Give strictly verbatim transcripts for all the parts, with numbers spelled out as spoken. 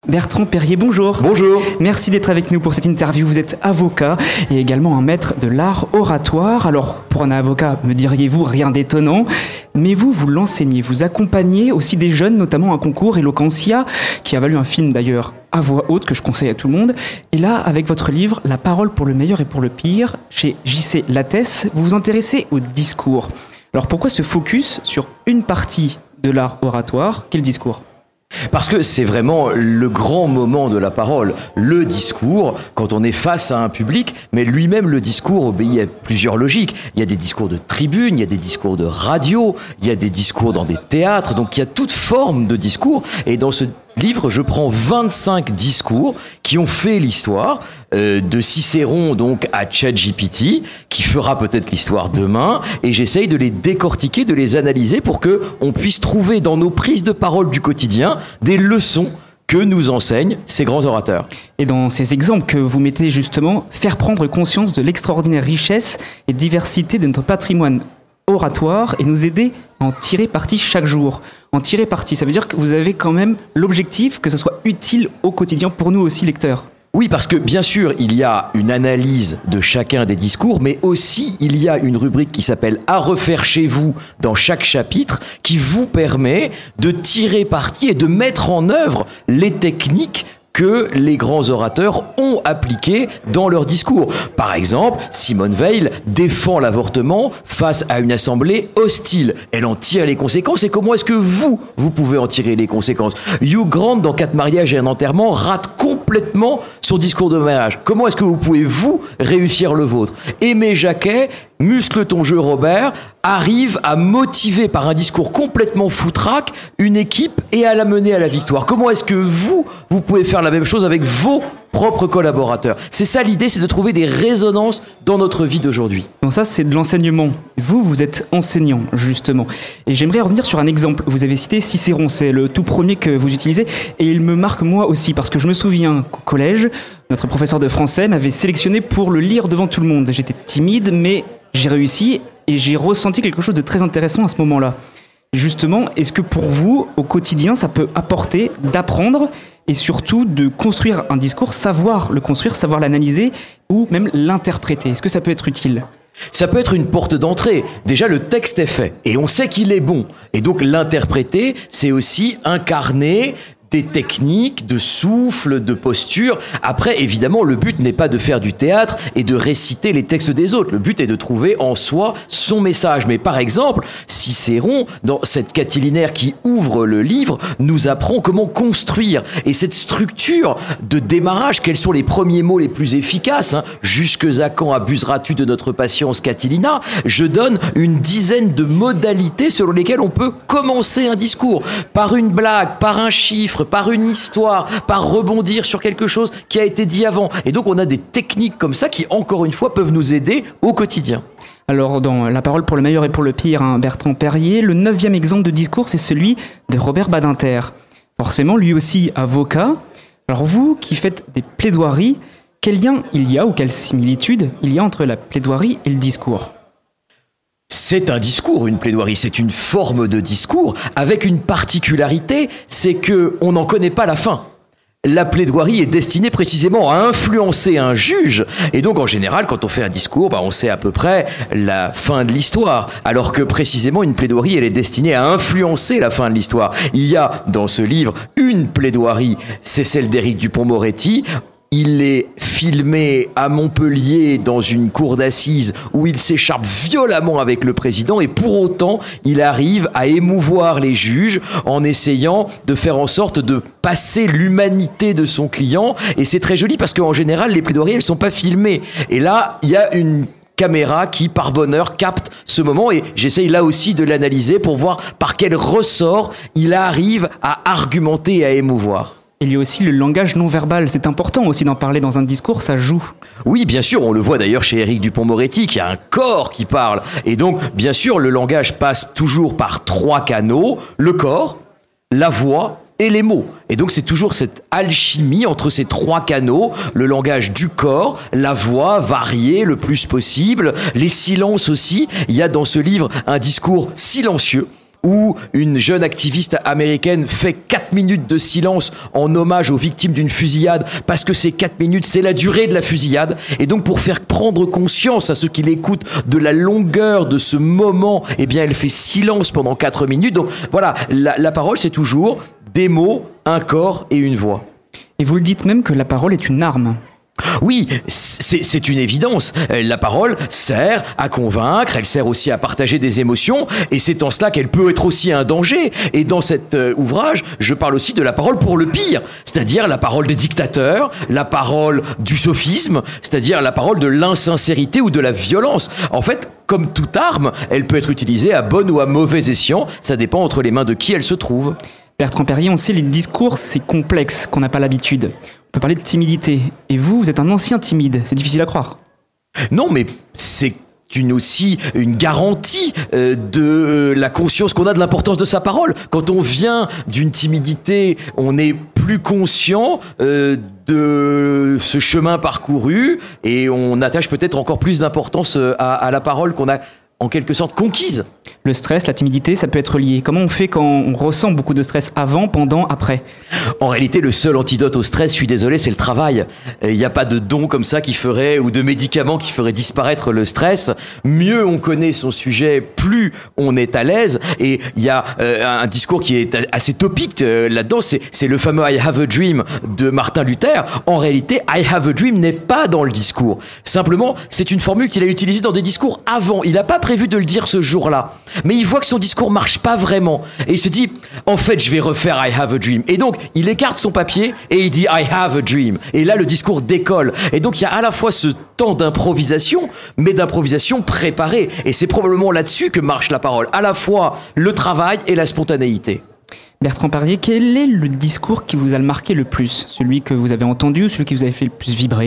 Bertrand Perrier, bonjour. Bonjour. Merci d'être avec nous pour cette interview. Vous êtes avocat et également un maître de l'art oratoire. Alors, pour un avocat, me diriez-vous, rien d'étonnant. Mais vous, vous l'enseignez, vous accompagnez aussi des jeunes, notamment un concours Eloquentia, qui a valu un film d'ailleurs à voix haute, que je conseille à tout le monde. Et là, avec votre livre, La parole pour le meilleur et pour le pire, chez J C Lattès, vous vous intéressez au discours. Alors, pourquoi ce focus sur une partie de l'art oratoire? Quel discours ? Parce que c'est vraiment le grand moment de la parole, le discours, quand on est face à un public, mais lui-même le discours obéit à plusieurs logiques. Il y a des discours de tribune, il y a des discours de radio, il y a des discours dans des théâtres, donc il y a toute forme de discours. Et dans ce livre, je prends vingt-cinq discours qui ont fait l'histoire, euh, de Cicéron donc à ChatGPT, qui fera peut-être l'histoire demain, et j'essaye de les décortiquer, de les analyser pour que on puisse trouver dans nos prises de parole du quotidien des leçons que nous enseignent ces grands orateurs. Et dans ces exemples que vous mettez justement, faire prendre conscience de l'extraordinaire richesse et diversité de notre patrimoine oratoire et nous aider à en tirer parti chaque jour. En tirer parti, ça veut dire que vous avez quand même l'objectif que ce soit utile au quotidien pour nous aussi lecteurs. Oui, parce que bien sûr, il y a une analyse de chacun des discours, mais aussi il y a une rubrique qui s'appelle « À refaire chez vous » dans chaque chapitre, qui vous permet de tirer parti et de mettre en œuvre les techniques que les grands orateurs ont appliqué dans leur discours. Par exemple, Simone Veil défend l'avortement face à une assemblée hostile. Elle en tire les conséquences. Et comment est-ce que vous, vous pouvez en tirer les conséquences? Hugh Grant, dans Quatre mariages et un enterrement, rate complètement son discours de mariage. Comment est-ce que vous pouvez, vous, réussir le vôtre? Aimé Jacquet, muscle ton jeu Robert, arrive à motiver par un discours complètement foutraque une équipe et à la mener à la victoire. Comment est-ce que vous, vous pouvez faire la même chose avec vos propres collaborateurs? C'est ça l'idée, c'est de trouver des résonances dans notre vie d'aujourd'hui. Donc ça, c'est de l'enseignement. Vous, vous êtes enseignant, justement. Et j'aimerais revenir sur un exemple. Vous avez cité Cicéron, c'est le tout premier que vous utilisez. Et il me marque moi aussi, parce que je me souviens qu'au collège, notre professeur de français m'avait sélectionné pour le lire devant tout le monde. J'étais timide, mais j'ai réussi et j'ai ressenti quelque chose de très intéressant à ce moment-là. Justement, est-ce que pour vous, au quotidien, ça peut apporter d'apprendre et surtout de construire un discours, savoir le construire, savoir l'analyser ou même l'interpréter? Est-ce que ça peut être utile ? Ça peut être une porte d'entrée. Déjà, le texte est fait et on sait qu'il est bon. Et donc, l'interpréter, c'est aussi incarner des techniques de souffle, de posture. Après, évidemment, le but n'est pas de faire du théâtre et de réciter les textes des autres. Le but est de trouver en soi son message. Mais par exemple, Cicéron, dans cette catilinaire qui ouvre le livre, nous apprend comment construire. Et cette structure de démarrage, quels sont les premiers mots les plus efficaces, hein, jusque à quand abuseras-tu de notre patience, Catilina? Je donne une dizaine de modalités selon lesquelles on peut commencer un discours. Par une blague, par un chiffre, par une histoire, par rebondir sur quelque chose qui a été dit avant. Et donc on a des techniques comme ça qui, encore une fois, peuvent nous aider au quotidien. Alors dans La parole pour le meilleur et pour le pire, hein, Bertrand Perrier, le neuvième exemple de discours, c'est celui de Robert Badinter. Forcément, lui aussi avocat. Alors vous qui faites des plaidoiries, quel lien il y a ou quelle similitude il y a entre la plaidoirie et le discours ? C'est un discours, une plaidoirie, c'est une forme de discours avec une particularité, c'est que on n'en connaît pas la fin. La plaidoirie est destinée précisément à influencer un juge. Et donc, en général, quand on fait un discours, bah, on sait à peu près la fin de l'histoire. Alors que, précisément, une plaidoirie, elle est destinée à influencer la fin de l'histoire. Il y a, dans ce livre, une plaidoirie, c'est celle d'Éric Dupond-Moretti. Il est filmé à Montpellier dans une cour d'assises où il s'écharpe violemment avec le président et pour autant, il arrive à émouvoir les juges en essayant de faire en sorte de passer l'humanité de son client. Et c'est très joli parce qu'en général, les plaidoiries, elles sont pas filmées. Et là, il y a une caméra qui, par bonheur, capte ce moment et j'essaye là aussi de l'analyser pour voir par quel ressort il arrive à argumenter et à émouvoir. Il y a aussi le langage non-verbal, c'est important aussi d'en parler dans un discours, ça joue. Oui, bien sûr, on le voit d'ailleurs chez Éric Dupond-Moretti, qui a un corps qui parle. Et donc, bien sûr, le langage passe toujours par trois canaux, le corps, la voix et les mots. Et donc, c'est toujours cette alchimie entre ces trois canaux, le langage du corps, la voix variée le plus possible, les silences aussi. Il y a dans ce livre un discours silencieux, où une jeune activiste américaine fait quatre minutes de silence en hommage aux victimes d'une fusillade, parce que ces quatre minutes, c'est la durée de la fusillade. Et donc, pour faire prendre conscience à ceux qui l'écoutent de la longueur de ce moment, eh bien, elle fait silence pendant quatre minutes. Donc, voilà, la, la parole, c'est toujours des mots, un corps et une voix. Et vous le dites même que la parole est une arme. Oui, c'est, c'est une évidence. La parole sert à convaincre, elle sert aussi à partager des émotions, et c'est en cela qu'elle peut être aussi un danger. Et dans cet euh, ouvrage, je parle aussi de la parole pour le pire, c'est-à-dire la parole des dictateurs, la parole du sophisme, c'est-à-dire la parole de l'insincérité ou de la violence. En fait, comme toute arme, elle peut être utilisée à bon ou à mauvais escient, ça dépend entre les mains de qui elle se trouve. Bertrand Perrier, on sait, les discours, c'est complexe, qu'on n'a pas l'habitude. On peut parler de timidité. Et vous, vous êtes un ancien timide. C'est difficile à croire. Non, mais c'est une aussi une garantie euh, de la conscience qu'on a de l'importance de sa parole. Quand on vient d'une timidité, on est plus conscient euh, de ce chemin parcouru et on attache peut-être encore plus d'importance à, à la parole qu'on a en quelque sorte conquise. Le stress, la timidité, ça peut être lié. Comment on fait quand on ressent beaucoup de stress avant, pendant, après ? En réalité, le seul antidote au stress, je suis désolé, c'est le travail. Il n'y a pas de don comme ça qui ferait, ou de médicament qui ferait disparaître le stress. Mieux on connaît son sujet, plus on est à l'aise. Et il y a euh, un discours qui est assez topique euh, là-dedans, c'est, c'est le fameux I have a dream de Martin Luther. En réalité, I have a dream n'est pas dans le discours. Simplement, c'est une formule qu'il a utilisée dans des discours avant. Il n'a pas prévu de le dire ce jour-là. Mais il voit que son discours marche pas vraiment. Et il se dit, en fait, je vais refaire I have a dream. Et donc, il écarte son papier et il dit I have a dream. Et là, le discours décolle. Et donc, il y a à la fois ce temps d'improvisation, mais d'improvisation préparée. Et c'est probablement là-dessus que marche la parole. À la fois le travail et la spontanéité. Bertrand Perrier, quel est le discours qui vous a marqué le plus ? Celui que vous avez entendu ou celui qui vous avait fait le plus vibrer ?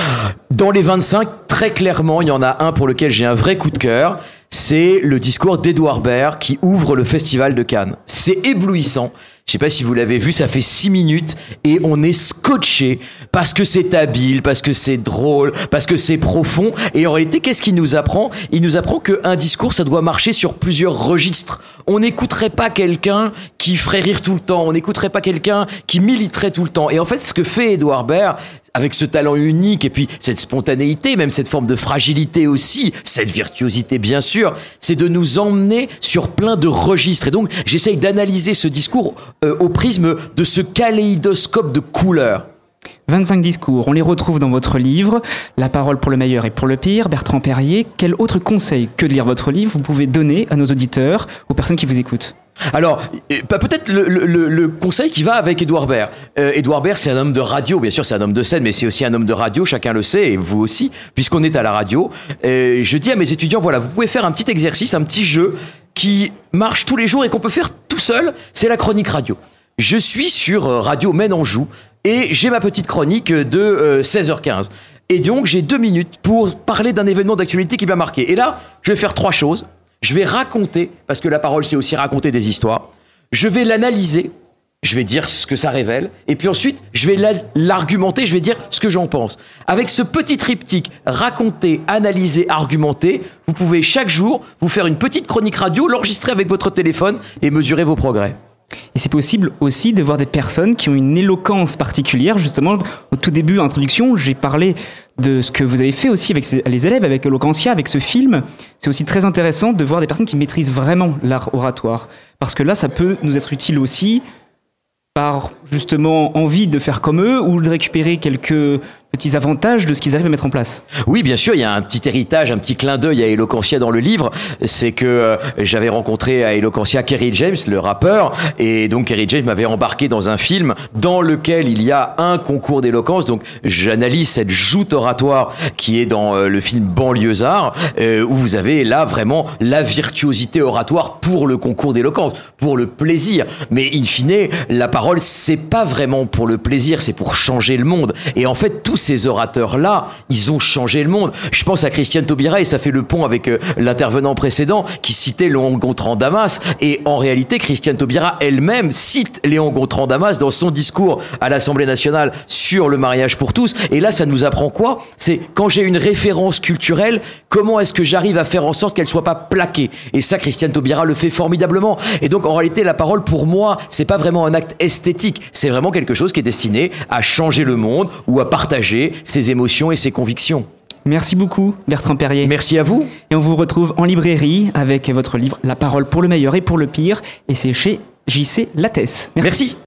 Dans les vingt-cinq, très clairement, il y en a un pour lequel j'ai un vrai coup de cœur. C'est le discours d'Edouard Baird qui ouvre le Festival de Cannes. C'est éblouissant. Je sais pas si vous l'avez vu, ça fait six minutes et on est scotché parce que c'est habile, parce que c'est drôle, parce que c'est profond. Et en réalité, qu'est-ce qu'il nous apprend ? Il nous apprend qu'un discours, ça doit marcher sur plusieurs registres. On n'écouterait pas quelqu'un qui ferait rire tout le temps. On n'écouterait pas quelqu'un qui militerait tout le temps. Et en fait, ce que fait Edouard Baird, avec ce talent unique et puis cette spontanéité, même cette forme de fragilité aussi, cette virtuosité bien sûr, c'est de nous emmener sur plein de registres. Et donc, j'essaye d'analyser ce discours euh, au prisme de ce kaléidoscope de couleurs. vingt-cinq discours, on les retrouve dans votre livre, La parole pour le meilleur et pour le pire. Bertrand Perrier, quel autre conseil que de lire votre livre vous pouvez donner à nos auditeurs, aux personnes qui vous écoutent ? Alors, peut-être le, le, le conseil qui va avec Edouard Baird. Euh, Edouard Baird, c'est un homme de radio, bien sûr, c'est un homme de scène, mais c'est aussi un homme de radio, chacun le sait, et vous aussi, puisqu'on est à la radio. Euh, je dis à mes étudiants, voilà, vous pouvez faire un petit exercice, un petit jeu qui marche tous les jours et qu'on peut faire tout seul, c'est la chronique radio. Je suis sur Radio Maine Anjou, et j'ai ma petite chronique de euh, seize heures quinze. Et donc, j'ai deux minutes pour parler d'un événement d'actualité qui m'a marqué. Et là, je vais faire trois choses. Je vais raconter, parce que la parole, c'est aussi raconter des histoires. Je vais l'analyser, je vais dire ce que ça révèle, et puis ensuite, je vais l'argumenter, je vais dire ce que j'en pense. Avec ce petit triptyque, raconter, analyser, argumenter, vous pouvez chaque jour vous faire une petite chronique radio, l'enregistrer avec votre téléphone et mesurer vos progrès. Et c'est possible aussi de voir des personnes qui ont une éloquence particulière. Justement, au tout début, introduction, j'ai parlé de ce que vous avez fait aussi avec les élèves, avec Eloquentia, avec ce film. C'est aussi très intéressant de voir des personnes qui maîtrisent vraiment l'art oratoire. Parce que là, ça peut nous être utile aussi par justement envie de faire comme eux ou de récupérer quelques petits avantages de ce qu'ils arrivent à mettre en place. Oui, bien sûr, il y a un petit héritage, un petit clin d'œil à Eloquentia dans le livre. C'est que euh, j'avais rencontré à Eloquentia Kerry James, le rappeur, et donc Kerry James m'avait embarqué dans un film dans lequel il y a un concours d'éloquence. Donc j'analyse cette joute oratoire qui est dans euh, le film Banlieusard, euh, où vous avez là vraiment la virtuosité oratoire pour le concours d'éloquence, pour le plaisir. Mais in fine, la parole, c'est pas vraiment pour le plaisir, c'est pour changer le monde. Et en fait, tout ces orateurs-là, ils ont changé le monde. Je pense à Christiane Taubira, et ça fait le pont avec euh, l'intervenant précédent qui citait Léon Gontran Damas. Et en réalité, Christiane Taubira elle-même cite Léon Gontran Damas dans son discours à l'Assemblée nationale sur le mariage pour tous. Et là, ça nous apprend quoi ? C'est quand j'ai une référence culturelle, comment est-ce que j'arrive à faire en sorte qu'elle soit pas plaquée ? Et ça, Christiane Taubira le fait formidablement. Et donc, en réalité, la parole, pour moi, c'est pas vraiment un acte esthétique. C'est vraiment quelque chose qui est destiné à changer le monde ou à partager ses émotions et ses convictions. Merci beaucoup, Bertrand Perrier. Merci à vous. Et on vous retrouve en librairie avec votre livre La parole pour le meilleur et pour le pire. Et c'est chez J C Lattès. Merci. Merci.